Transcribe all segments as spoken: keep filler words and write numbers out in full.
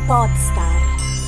Podstar.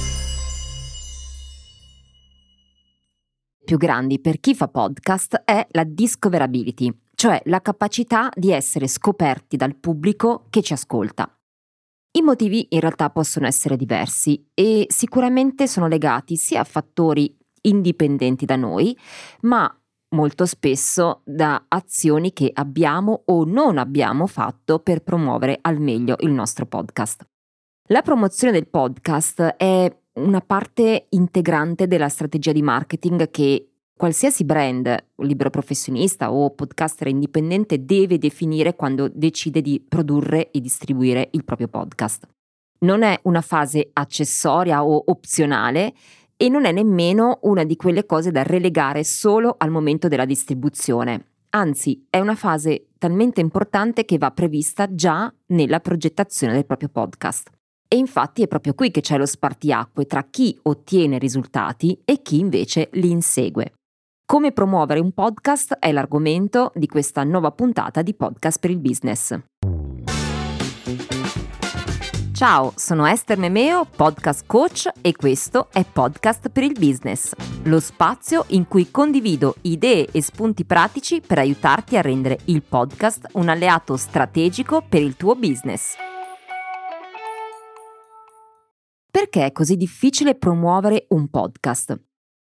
Più grandi per chi fa podcast è la discoverability, cioè la capacità di essere scoperti dal pubblico che ci ascolta. I motivi in realtà possono essere diversi e sicuramente sono legati sia a fattori indipendenti da noi, ma molto spesso da azioni che abbiamo o non abbiamo fatto per promuovere al meglio il nostro podcast. La promozione del podcast è una parte integrante della strategia di marketing che qualsiasi brand, libero professionista o podcaster indipendente deve definire quando decide di produrre e distribuire il proprio podcast. Non è una fase accessoria o opzionale e non è nemmeno una di quelle cose da relegare solo al momento della distribuzione. Anzi, è una fase talmente importante che va prevista già nella progettazione del proprio podcast. E infatti è proprio qui che c'è lo spartiacque tra chi ottiene risultati e chi invece li insegue. Come promuovere un podcast è l'argomento di questa nuova puntata di Podcast per il Business. Ciao, sono Esther Memeo, podcast coach e questo è Podcast per il Business, lo spazio in cui condivido idee e spunti pratici per aiutarti a rendere il podcast un alleato strategico per il tuo business. Perché è così difficile promuovere un podcast?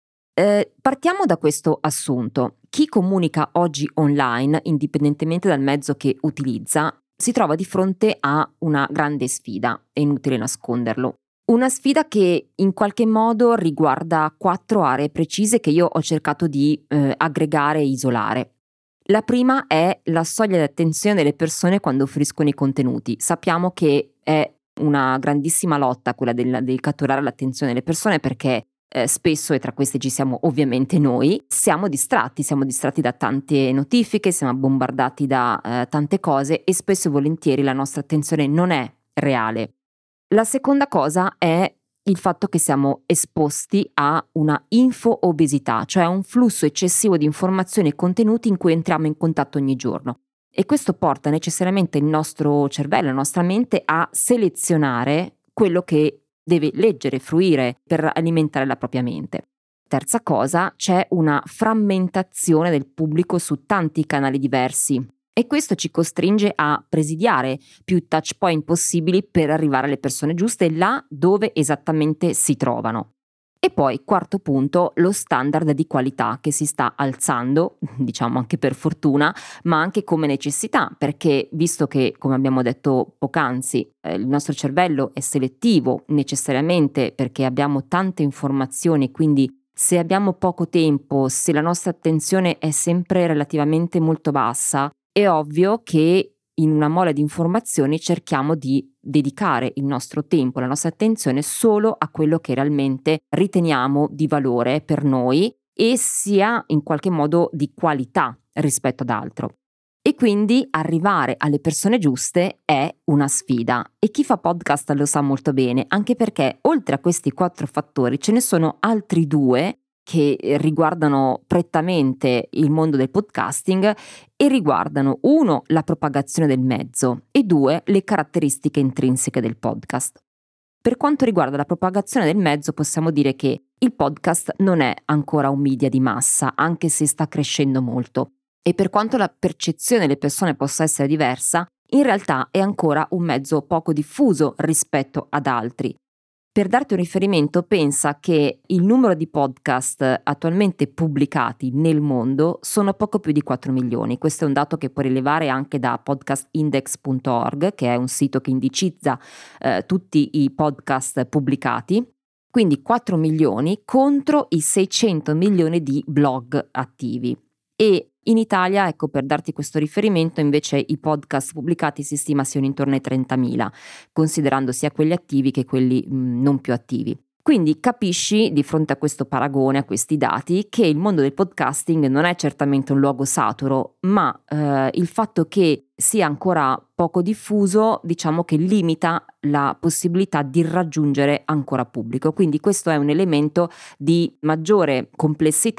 Eh, partiamo da questo assunto. Chi comunica oggi online, indipendentemente dal mezzo che utilizza, si trova di fronte a una grande sfida, è inutile nasconderlo. Una sfida che in qualche modo riguarda quattro aree precise che io ho cercato di eh, aggregare e isolare. La prima è la soglia di attenzione delle persone quando offriscono i contenuti. Sappiamo che è una grandissima lotta quella del, del catturare l'attenzione delle persone perché eh, spesso, e tra queste ci siamo ovviamente noi, siamo distratti, siamo distratti da tante notifiche, siamo bombardati da eh, tante cose e spesso e volentieri la nostra attenzione non è reale. La seconda cosa è il fatto che siamo esposti a una info-obesità, cioè a un flusso eccessivo di informazioni e contenuti in cui entriamo in contatto ogni giorno. E questo porta necessariamente il nostro cervello, la nostra mente a selezionare quello che deve leggere, fruire per alimentare la propria mente. Terza cosa, c'è una frammentazione del pubblico su tanti canali diversi e questo ci costringe a presidiare più touch point possibili per arrivare alle persone giuste là dove esattamente si trovano. E poi, quarto punto, lo standard di qualità che si sta alzando, diciamo anche per fortuna, ma anche come necessità, perché visto che, come abbiamo detto poc'anzi, eh, il nostro cervello è selettivo necessariamente perché abbiamo tante informazioni, quindi se abbiamo poco tempo, se la nostra attenzione è sempre relativamente molto bassa, è ovvio che in una mole di informazioni cerchiamo di dedicare il nostro tempo, la nostra attenzione solo a quello che realmente riteniamo di valore per noi e sia in qualche modo di qualità rispetto ad altro. E quindi arrivare alle persone giuste è una sfida e chi fa podcast lo sa molto bene, anche perché oltre a questi quattro fattori ce ne sono altri due che riguardano prettamente il mondo del podcasting e riguardano uno la propagazione del mezzo e due le caratteristiche intrinseche del podcast. Per quanto riguarda la propagazione del mezzo possiamo dire che il podcast non è ancora un media di massa, anche se sta crescendo molto. E per quanto la percezione delle persone possa essere diversa, in realtà è ancora un mezzo poco diffuso rispetto ad altri. Per darti un riferimento, pensa che il numero di podcast attualmente pubblicati nel mondo sono poco più di quattro milioni. Questo è un dato che puoi rilevare anche da podcast index punto org, che è un sito che indicizza eh, tutti i podcast pubblicati. Quindi quattro milioni contro i seicento milioni di blog attivi. E in Italia, ecco, per darti questo riferimento, invece i podcast pubblicati si stima siano intorno ai trentamila, considerando sia quelli attivi che quelli mh, non più attivi. Quindi capisci, di fronte a questo paragone, a questi dati, che il mondo del podcasting non è certamente un luogo saturo, ma eh, il fatto che sia ancora poco diffuso, diciamo che limita la possibilità di raggiungere ancora pubblico. Quindi questo è un elemento di maggiore complessità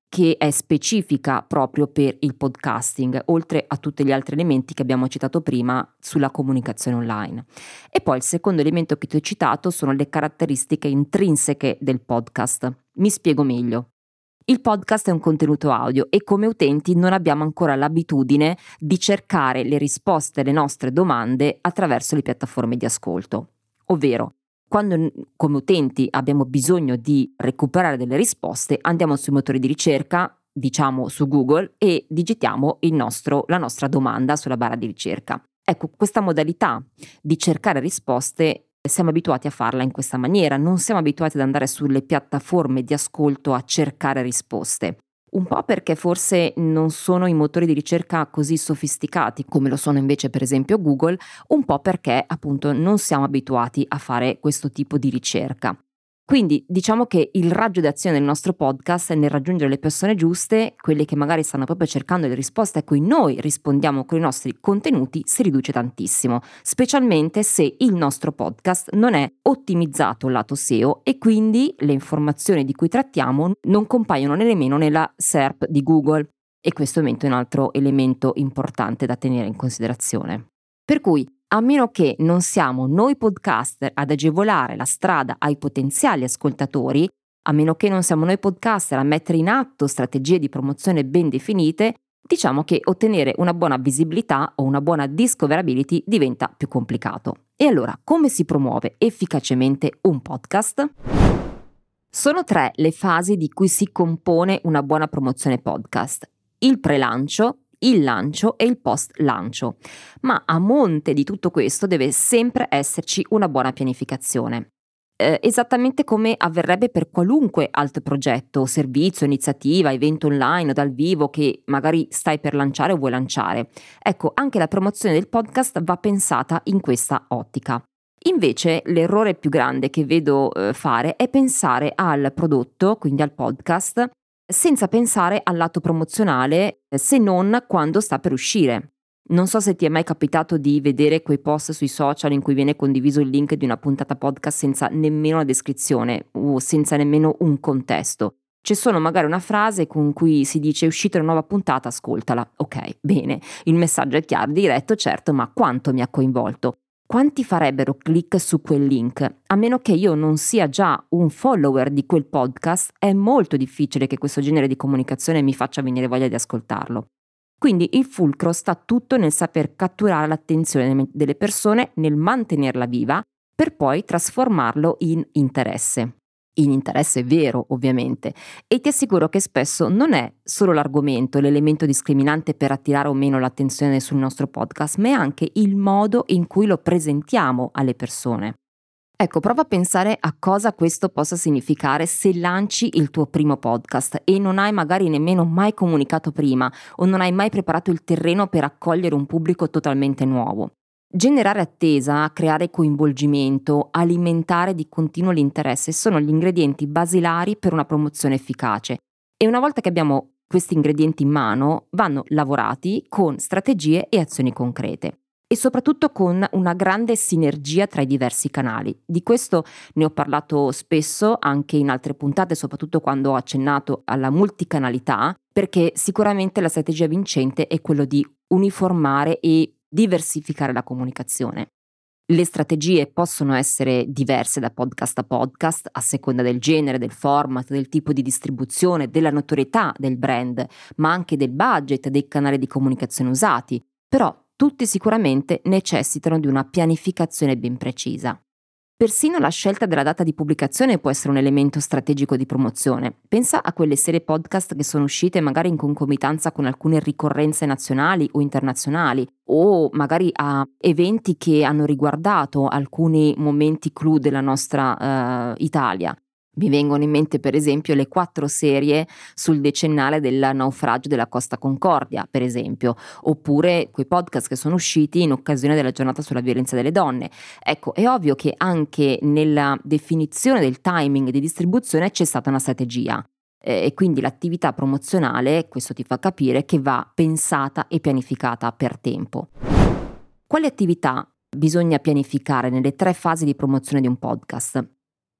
che è specifica proprio per il podcasting, oltre a tutti gli altri elementi che abbiamo citato prima sulla comunicazione online. E poi il secondo elemento che ti ho citato sono le caratteristiche intrinseche del podcast. Mi spiego meglio. Il podcast è un contenuto audio e come utenti non abbiamo ancora l'abitudine di cercare le risposte alle nostre domande attraverso le piattaforme di ascolto. Ovvero, quando come utenti abbiamo bisogno di recuperare delle risposte, andiamo sui motori di ricerca, diciamo su Google, e digitiamo il nostro, la nostra domanda sulla barra di ricerca. Ecco, questa modalità di cercare risposte siamo abituati a farla in questa maniera, non siamo abituati ad andare sulle piattaforme di ascolto a cercare risposte. Un po' perché forse non sono i motori di ricerca così sofisticati come lo sono invece per esempio Google, un po' perché appunto non siamo abituati a fare questo tipo di ricerca. Quindi diciamo che il raggio d'azione del nostro podcast è nel raggiungere le persone giuste, quelle che magari stanno proprio cercando le risposte a cui noi rispondiamo con i nostri contenuti, si riduce tantissimo, specialmente se il nostro podcast non è ottimizzato lato S E O e quindi le informazioni di cui trattiamo non compaiono nemmeno nella S E R P di Google. E questo è un altro elemento importante da tenere in considerazione. Per cui, a meno che non siamo noi podcaster ad agevolare la strada ai potenziali ascoltatori, a meno che non siamo noi podcaster a mettere in atto strategie di promozione ben definite, diciamo che ottenere una buona visibilità o una buona discoverability diventa più complicato. E allora, come si promuove efficacemente un podcast? Sono tre le fasi di cui si compone una buona promozione podcast: il pre-lancio, il lancio e il post-lancio. Ma a monte di tutto questo deve sempre esserci una buona pianificazione. Eh, esattamente come avverrebbe per qualunque altro progetto, servizio, iniziativa, evento online o dal vivo che magari stai per lanciare o vuoi lanciare. Ecco, anche la promozione del podcast va pensata in questa ottica. Invece l'errore più grande che vedo eh, fare è pensare al prodotto, quindi al podcast, senza pensare al lato promozionale, se non quando sta per uscire. Non so se ti è mai capitato di vedere quei post sui social in cui viene condiviso il link di una puntata podcast senza nemmeno la descrizione o senza nemmeno un contesto. C'è solo magari una frase con cui si dice: è uscita una nuova puntata, ascoltala. Ok, bene, il messaggio è chiaro, diretto, certo, ma quanto mi ha coinvolto? Quanti farebbero click su quel link? A meno che io non sia già un follower di quel podcast, è molto difficile che questo genere di comunicazione mi faccia venire voglia di ascoltarlo. Quindi il fulcro sta tutto nel saper catturare l'attenzione delle persone, nel mantenerla viva, per poi trasformarlo in interesse. In interesse vero, ovviamente, e ti assicuro che spesso non è solo l'argomento, l'elemento discriminante per attirare o meno l'attenzione sul nostro podcast, ma è anche il modo in cui lo presentiamo alle persone. Ecco, prova a pensare a cosa questo possa significare se lanci il tuo primo podcast e non hai magari nemmeno mai comunicato prima o non hai mai preparato il terreno per accogliere un pubblico totalmente nuovo. Generare attesa, creare coinvolgimento, alimentare di continuo l'interesse sono gli ingredienti basilari per una promozione efficace e una volta che abbiamo questi ingredienti in mano vanno lavorati con strategie e azioni concrete e soprattutto con una grande sinergia tra i diversi canali. Di questo ne ho parlato spesso anche in altre puntate, soprattutto quando ho accennato alla multicanalità, perché sicuramente la strategia vincente è quello di uniformare e diversificare la comunicazione. Le strategie possono essere diverse da podcast a podcast, a seconda del genere, del format, del tipo di distribuzione, della notorietà del brand, ma anche del budget, dei canali di comunicazione usati, però tutti sicuramente necessitano di una pianificazione ben precisa. Persino la scelta della data di pubblicazione può essere un elemento strategico di promozione. Pensa a quelle serie podcast che sono uscite magari in concomitanza con alcune ricorrenze nazionali o internazionali, o magari a eventi che hanno riguardato alcuni momenti clou della nostra uh, Italia. Mi vengono in mente per esempio le quattro serie sul decennale del naufragio della Costa Concordia, per esempio, oppure quei podcast che sono usciti in occasione della giornata sulla violenza delle donne. Ecco, è ovvio che anche nella definizione del timing di distribuzione c'è stata una strategia eh, e quindi l'attività promozionale, questo ti fa capire che va pensata e pianificata per tempo. Quali attività bisogna pianificare nelle tre fasi di promozione di un podcast?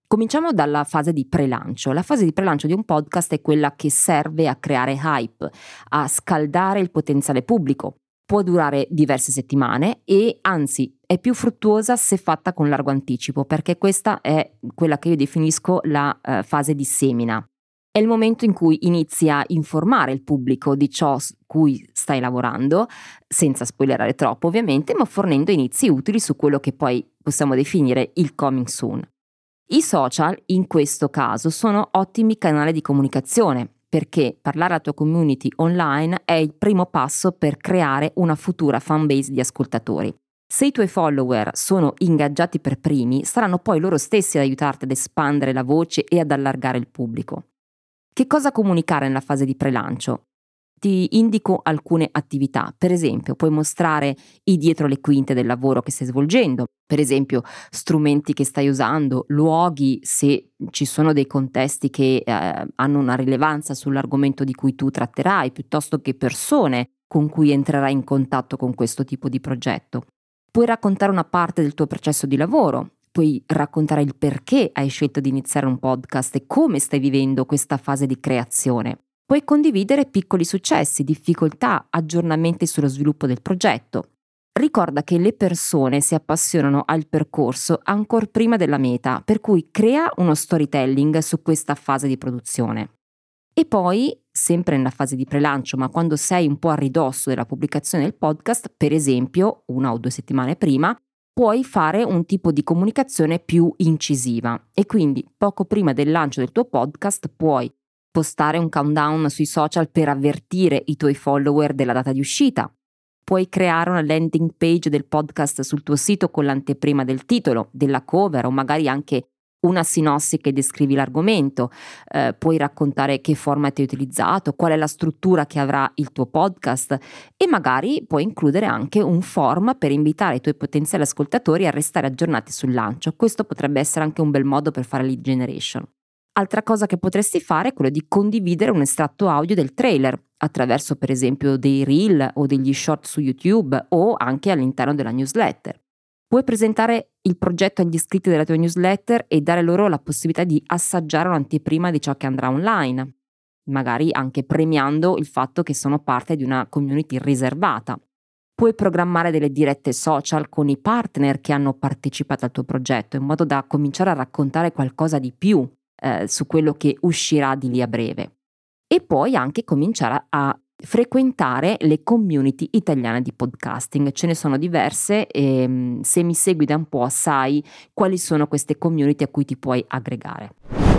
Cominciamo dalla fase di prelancio. La fase di prelancio di un podcast è quella che serve a creare hype, a scaldare il potenziale pubblico. Può durare diverse settimane e anzi è più fruttuosa se fatta con largo anticipo, perché questa è quella che io definisco la eh, fase di semina. È il momento in cui inizi a informare il pubblico di ciò su cui stai lavorando, senza spoilerare troppo ovviamente, ma fornendo inizi utili su quello che poi possiamo definire il coming soon. I social in questo caso sono ottimi canali di comunicazione, perché parlare alla tua community online è il primo passo per creare una futura fanbase di ascoltatori. Se i tuoi follower sono ingaggiati per primi, saranno poi loro stessi ad aiutarti ad espandere la voce e ad allargare il pubblico. Che cosa comunicare nella fase di prelancio? Ti indico alcune attività. Per esempio, puoi mostrare i dietro le quinte del lavoro che stai svolgendo, per esempio strumenti che stai usando, luoghi se ci sono dei contesti che eh, hanno una rilevanza sull'argomento di cui tu tratterai, piuttosto che persone con cui entrerai in contatto con questo tipo di progetto. Puoi raccontare una parte del tuo processo di lavoro, puoi raccontare il perché hai scelto di iniziare un podcast e come stai vivendo questa fase di creazione. Puoi condividere piccoli successi, difficoltà, aggiornamenti sullo sviluppo del progetto. Ricorda che le persone si appassionano al percorso ancor prima della meta, per cui crea uno storytelling su questa fase di produzione. E poi, sempre nella fase di prelancio, ma quando sei un po' a ridosso della pubblicazione del podcast, per esempio una o due settimane prima, puoi fare un tipo di comunicazione più incisiva e quindi poco prima del lancio del tuo podcast puoi postare un countdown sui social per avvertire i tuoi follower della data di uscita. Puoi creare una landing page del podcast sul tuo sito con l'anteprima del titolo, della cover o magari anche una sinossi che descrivi l'argomento. Eh, puoi raccontare che format hai utilizzato, qual è la struttura che avrà il tuo podcast e magari puoi includere anche un form per invitare i tuoi potenziali ascoltatori a restare aggiornati sul lancio. Questo potrebbe essere anche un bel modo per fare lead generation. Altra cosa che potresti fare è quello di condividere un estratto audio del trailer attraverso per esempio dei reel o degli short su YouTube o anche all'interno della newsletter. Puoi presentare il progetto agli iscritti della tua newsletter e dare loro la possibilità di assaggiare un'anteprima di ciò che andrà online, magari anche premiando il fatto che sono parte di una community riservata. Puoi programmare delle dirette social con i partner che hanno partecipato al tuo progetto in modo da cominciare a raccontare qualcosa di più Eh, su quello che uscirà di lì a breve. E poi anche cominciare a frequentare le community italiane di podcasting. Ce ne sono diverse e se mi segui da un po' sai quali sono queste community a cui ti puoi aggregare.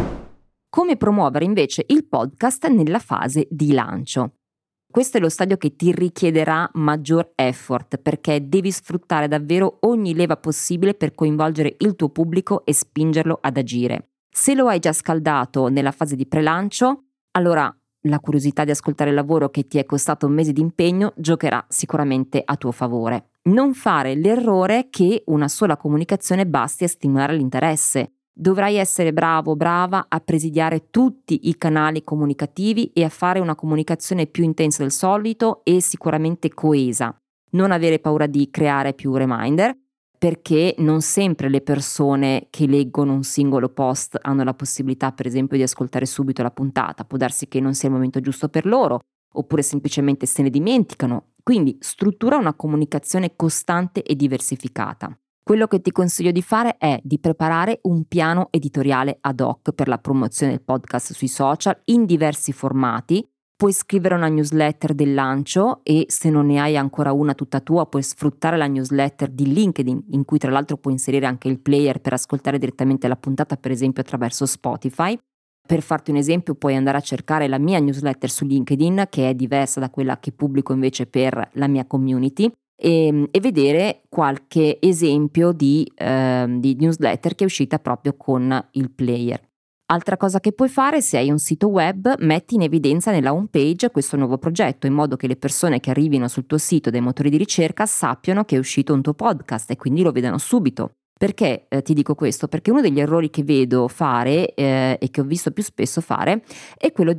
Come promuovere invece il podcast nella fase di lancio? Questo è lo stadio che ti richiederà maggior effort perché devi sfruttare davvero ogni leva possibile per coinvolgere il tuo pubblico e spingerlo ad agire. Se lo hai già scaldato nella fase di prelancio, allora la curiosità di ascoltare il lavoro che ti è costato un mese di impegno giocherà sicuramente a tuo favore. Non fare l'errore che una sola comunicazione basti a stimolare l'interesse. Dovrai essere bravo, brava a presidiare tutti i canali comunicativi e a fare una comunicazione più intensa del solito e sicuramente coesa. Non avere paura di creare più reminder, perché non sempre le persone che leggono un singolo post hanno la possibilità, per esempio, di ascoltare subito la puntata. Può darsi che non sia il momento giusto per loro, oppure semplicemente se ne dimenticano. Quindi struttura una comunicazione costante e diversificata. Quello che ti consiglio di fare è di preparare un piano editoriale ad hoc per la promozione del podcast sui social in diversi formati. Puoi scrivere una newsletter del lancio e se non ne hai ancora una tutta tua puoi sfruttare la newsletter di LinkedIn in cui tra l'altro puoi inserire anche il player per ascoltare direttamente la puntata per esempio attraverso Spotify. Per farti un esempio puoi andare a cercare la mia newsletter su LinkedIn che è diversa da quella che pubblico invece per la mia community e, e vedere qualche esempio di, eh, di newsletter che è uscita proprio con il player. Altra cosa che puoi fare, se hai un sito web, metti in evidenza nella home page questo nuovo progetto in modo che le persone che arrivino sul tuo sito dai motori di ricerca sappiano che è uscito un tuo podcast e quindi lo vedano subito. Perché eh, ti dico questo? Perché uno degli errori che vedo fare eh, e che ho visto più spesso fare è quello di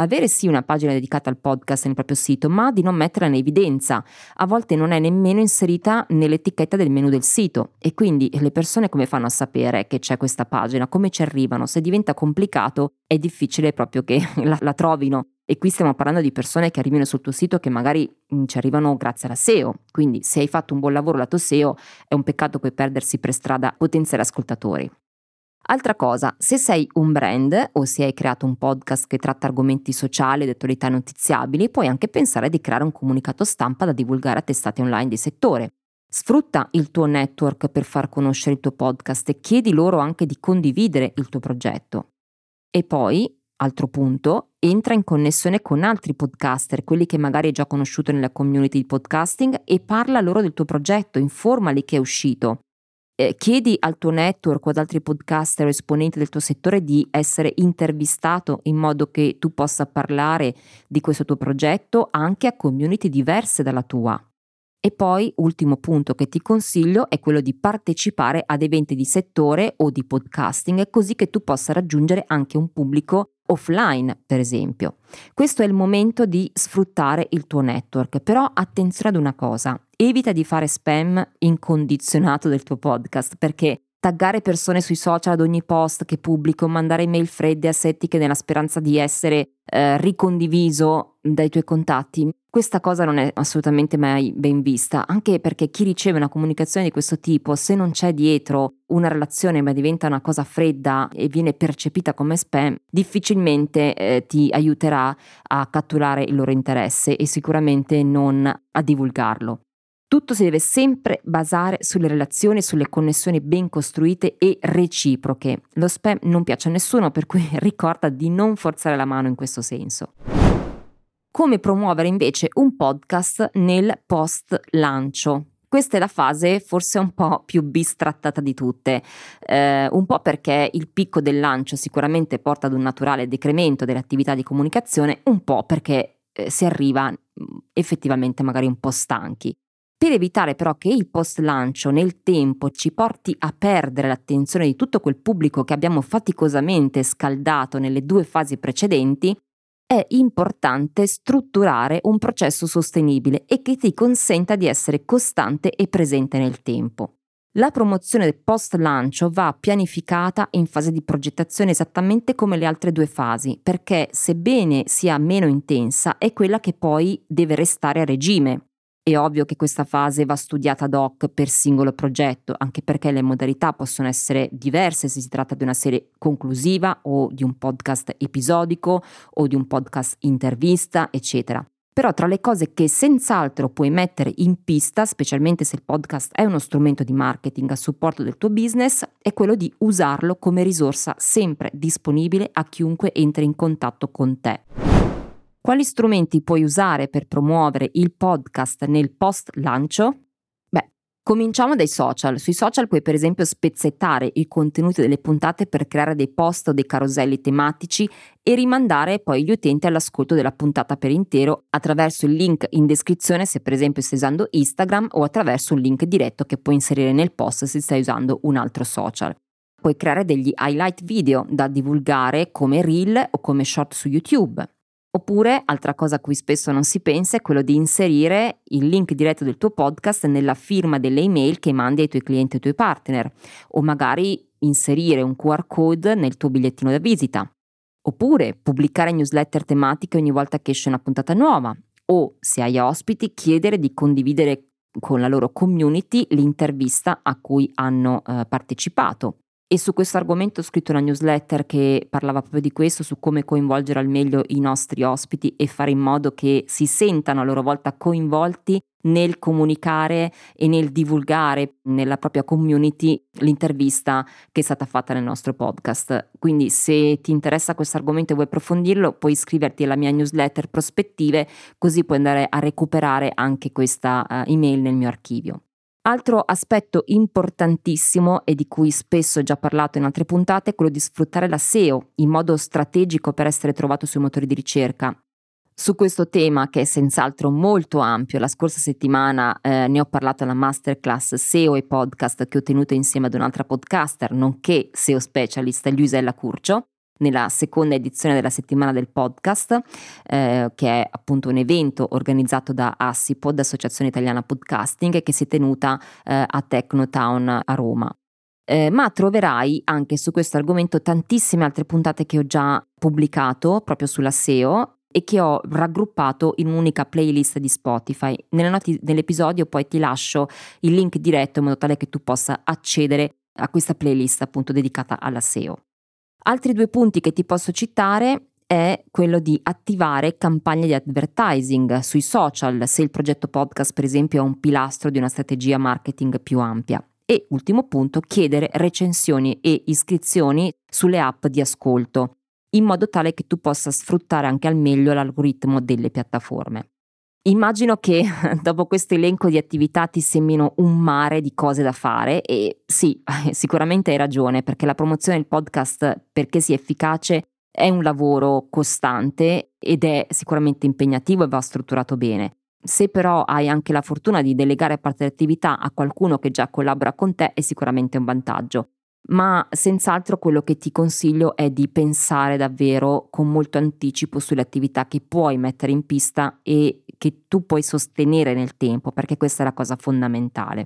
avere sì una pagina dedicata al podcast nel proprio sito, ma di non metterla in evidenza. A volte non è nemmeno inserita nell'etichetta del menu del sito e quindi le persone come fanno a sapere che c'è questa pagina? Come ci arrivano? Se diventa complicato è difficile proprio che la, la trovino. E qui stiamo parlando di persone che arrivino sul tuo sito che magari mh, ci arrivano grazie alla S E O. Quindi se hai fatto un buon lavoro lato S E O è un peccato poi perdersi per strada potenziali ascoltatori. Altra cosa, se sei un brand o se hai creato un podcast che tratta argomenti sociali ed attualità notiziabili, puoi anche pensare di creare un comunicato stampa da divulgare a testate online di settore. Sfrutta il tuo network per far conoscere il tuo podcast e chiedi loro anche di condividere il tuo progetto. E poi, altro punto, entra in connessione con altri podcaster, quelli che magari hai già conosciuto nella community di podcasting, e parla loro del tuo progetto, informali che è uscito. Eh, chiedi al tuo network o ad altri podcaster o esponenti del tuo settore di essere intervistato in modo che tu possa parlare di questo tuo progetto anche a community diverse dalla tua. E poi, ultimo punto che ti consiglio è quello di partecipare ad eventi di settore o di podcasting, così che tu possa raggiungere anche un pubblico offline, per esempio. Questo è il momento di sfruttare il tuo network, però attenzione ad una cosa, evita di fare spam incondizionato del tuo podcast, perché taggare persone sui social ad ogni post che pubblico, mandare email fredde asettiche nella speranza di essere eh, ricondiviso dai tuoi contatti, questa cosa non è assolutamente mai ben vista, anche perché chi riceve una comunicazione di questo tipo, se non c'è dietro una relazione ma diventa una cosa fredda e viene percepita come spam, difficilmente eh, ti aiuterà a catturare il loro interesse e sicuramente non a divulgarlo. Tutto si deve sempre basare sulle relazioni e sulle connessioni ben costruite e reciproche. Lo spam non piace a nessuno, per cui ricorda di non forzare la mano in questo senso. Come promuovere invece un podcast nel post lancio? Questa è la fase forse un po' più bistrattata di tutte, eh, un po' perché il picco del lancio sicuramente porta ad un naturale decremento delle attività di comunicazione, un po' perché eh, si arriva mh, effettivamente magari un po' stanchi. Per evitare però che il post lancio nel tempo ci porti a perdere l'attenzione di tutto quel pubblico che abbiamo faticosamente scaldato nelle due fasi precedenti, è importante strutturare un processo sostenibile e che ti consenta di essere costante e presente nel tempo. La promozione del post lancio va pianificata in fase di progettazione esattamente come le altre due fasi, perché sebbene sia meno intensa è quella che poi deve restare a regime. È ovvio che questa fase va studiata ad hoc per singolo progetto, anche perché le modalità possono essere diverse se si tratta di una serie conclusiva o di un podcast episodico o di un podcast intervista, eccetera. Però tra le cose che senz'altro puoi mettere in pista, specialmente se il podcast è uno strumento di marketing a supporto del tuo business, è quello di usarlo come risorsa sempre disponibile a chiunque entri in contatto con te. Quali strumenti puoi usare per promuovere il podcast nel post lancio? Beh, cominciamo dai social. Sui social puoi per esempio spezzettare i contenuti delle puntate per creare dei post o dei caroselli tematici e rimandare poi gli utenti all'ascolto della puntata per intero attraverso il link in descrizione se per esempio stai usando Instagram o attraverso un link diretto che puoi inserire nel post se stai usando un altro social. Puoi creare degli highlight video da divulgare come reel o come short su YouTube. Oppure, altra cosa a cui spesso non si pensa è quello di inserire il link diretto del tuo podcast nella firma delle email che mandi ai tuoi clienti e ai tuoi partner, o magari inserire un Q R code nel tuo bigliettino da visita. Oppure pubblicare newsletter tematiche ogni volta che esce una puntata nuova, o se hai ospiti chiedere di condividere con la loro community l'intervista a cui hanno eh, partecipato. E su questo argomento ho scritto una newsletter che parlava proprio di questo, su come coinvolgere al meglio i nostri ospiti e fare in modo che si sentano a loro volta coinvolti nel comunicare e nel divulgare nella propria community l'intervista che è stata fatta nel nostro podcast. Quindi se ti interessa questo argomento e vuoi approfondirlo, puoi iscriverti alla mia newsletter prospettive, così puoi andare a recuperare anche questa uh, email nel mio archivio. Altro aspetto importantissimo e di cui spesso ho già parlato in altre puntate è quello di sfruttare la S E O in modo strategico per essere trovato sui motori di ricerca. Su questo tema, che è senz'altro molto ampio, la scorsa settimana eh, ne ho parlato alla masterclass S E O e podcast che ho tenuto insieme ad un'altra podcaster, nonché S E O specialist, Luisella Curcio. nella seconda edizione della settimana del podcast, eh, che è appunto un evento organizzato da Assipod, Associazione Italiana Podcasting, che si è tenuta eh, a Technotown a Roma. Eh, ma troverai anche su questo argomento tantissime altre puntate che ho già pubblicato proprio sulla S E O e che ho raggruppato in un'unica playlist di Spotify. Nelle note dell'episodio poi ti lascio il link diretto in modo tale che tu possa accedere a questa playlist appunto dedicata alla S E O. Altri due punti che ti posso citare è quello di attivare campagne di advertising sui social, se il progetto podcast per esempio è un pilastro di una strategia marketing più ampia. E ultimo punto, chiedere recensioni e iscrizioni sulle app di ascolto, in modo tale che tu possa sfruttare anche al meglio l'algoritmo delle piattaforme. Immagino che dopo questo elenco di attività ti sembrino un mare di cose da fare e sì, sicuramente hai ragione, perché la promozione del podcast, perché sia efficace, è un lavoro costante ed è sicuramente impegnativo e va strutturato bene. Se però hai anche la fortuna di delegare parte dell'attività a qualcuno che già collabora con te è sicuramente un vantaggio, ma senz'altro quello che ti consiglio è di pensare davvero con molto anticipo sulle attività che puoi mettere in pista e che tu puoi sostenere nel tempo, perché questa è la cosa fondamentale.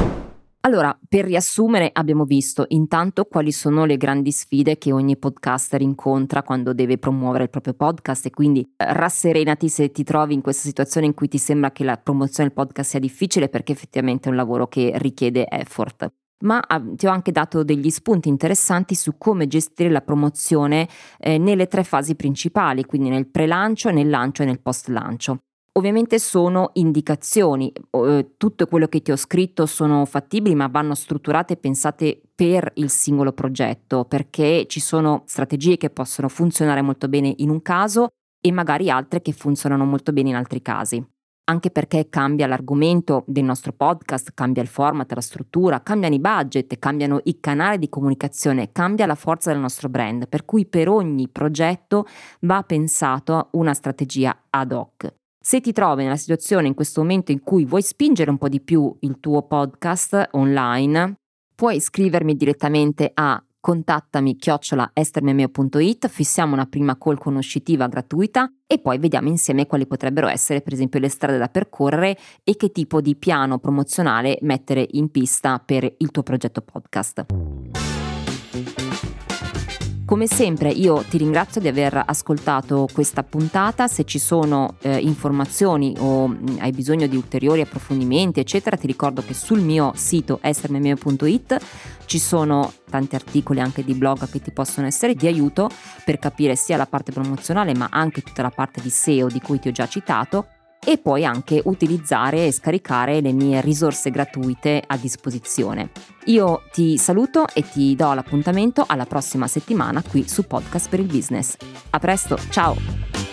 Allora, per riassumere, abbiamo visto intanto quali sono le grandi sfide che ogni podcaster incontra quando deve promuovere il proprio podcast e quindi eh, rasserenati se ti trovi in questa situazione in cui ti sembra che la promozione del podcast sia difficile, perché effettivamente è un lavoro che richiede effort. Ma ah, ti ho anche dato degli spunti interessanti su come gestire la promozione eh, nelle tre fasi principali, quindi nel pre-lancio, nel lancio e nel post-lancio. Ovviamente sono indicazioni, eh, tutto quello che ti ho scritto sono fattibili, ma vanno strutturate e pensate per il singolo progetto, perché ci sono strategie che possono funzionare molto bene in un caso e magari altre che funzionano molto bene in altri casi. Anche perché cambia l'argomento del nostro podcast, cambia il format, la struttura, cambiano i budget, cambiano i canali di comunicazione, cambia la forza del nostro brand, per cui per ogni progetto va pensato una strategia ad hoc. Se ti trovi nella situazione in questo momento in cui vuoi spingere un po' di più il tuo podcast online, puoi scrivermi direttamente a contattami chiocciola estermemeo punto it, fissiamo una prima call conoscitiva gratuita e poi vediamo insieme quali potrebbero essere per esempio le strade da percorrere e che tipo di piano promozionale mettere in pista per il tuo progetto podcast. Come sempre io ti ringrazio di aver ascoltato questa puntata. Se ci sono eh, informazioni o mh, hai bisogno di ulteriori approfondimenti eccetera, ti ricordo che sul mio sito estermemeo punto it ci sono tanti articoli anche di blog che ti possono essere di aiuto per capire sia la parte promozionale ma anche tutta la parte di S E O di cui ti ho già citato, e poi anche utilizzare e scaricare le mie risorse gratuite a disposizione. Io ti saluto e ti do l'appuntamento alla prossima settimana qui su Podcast per il Business. A presto, ciao!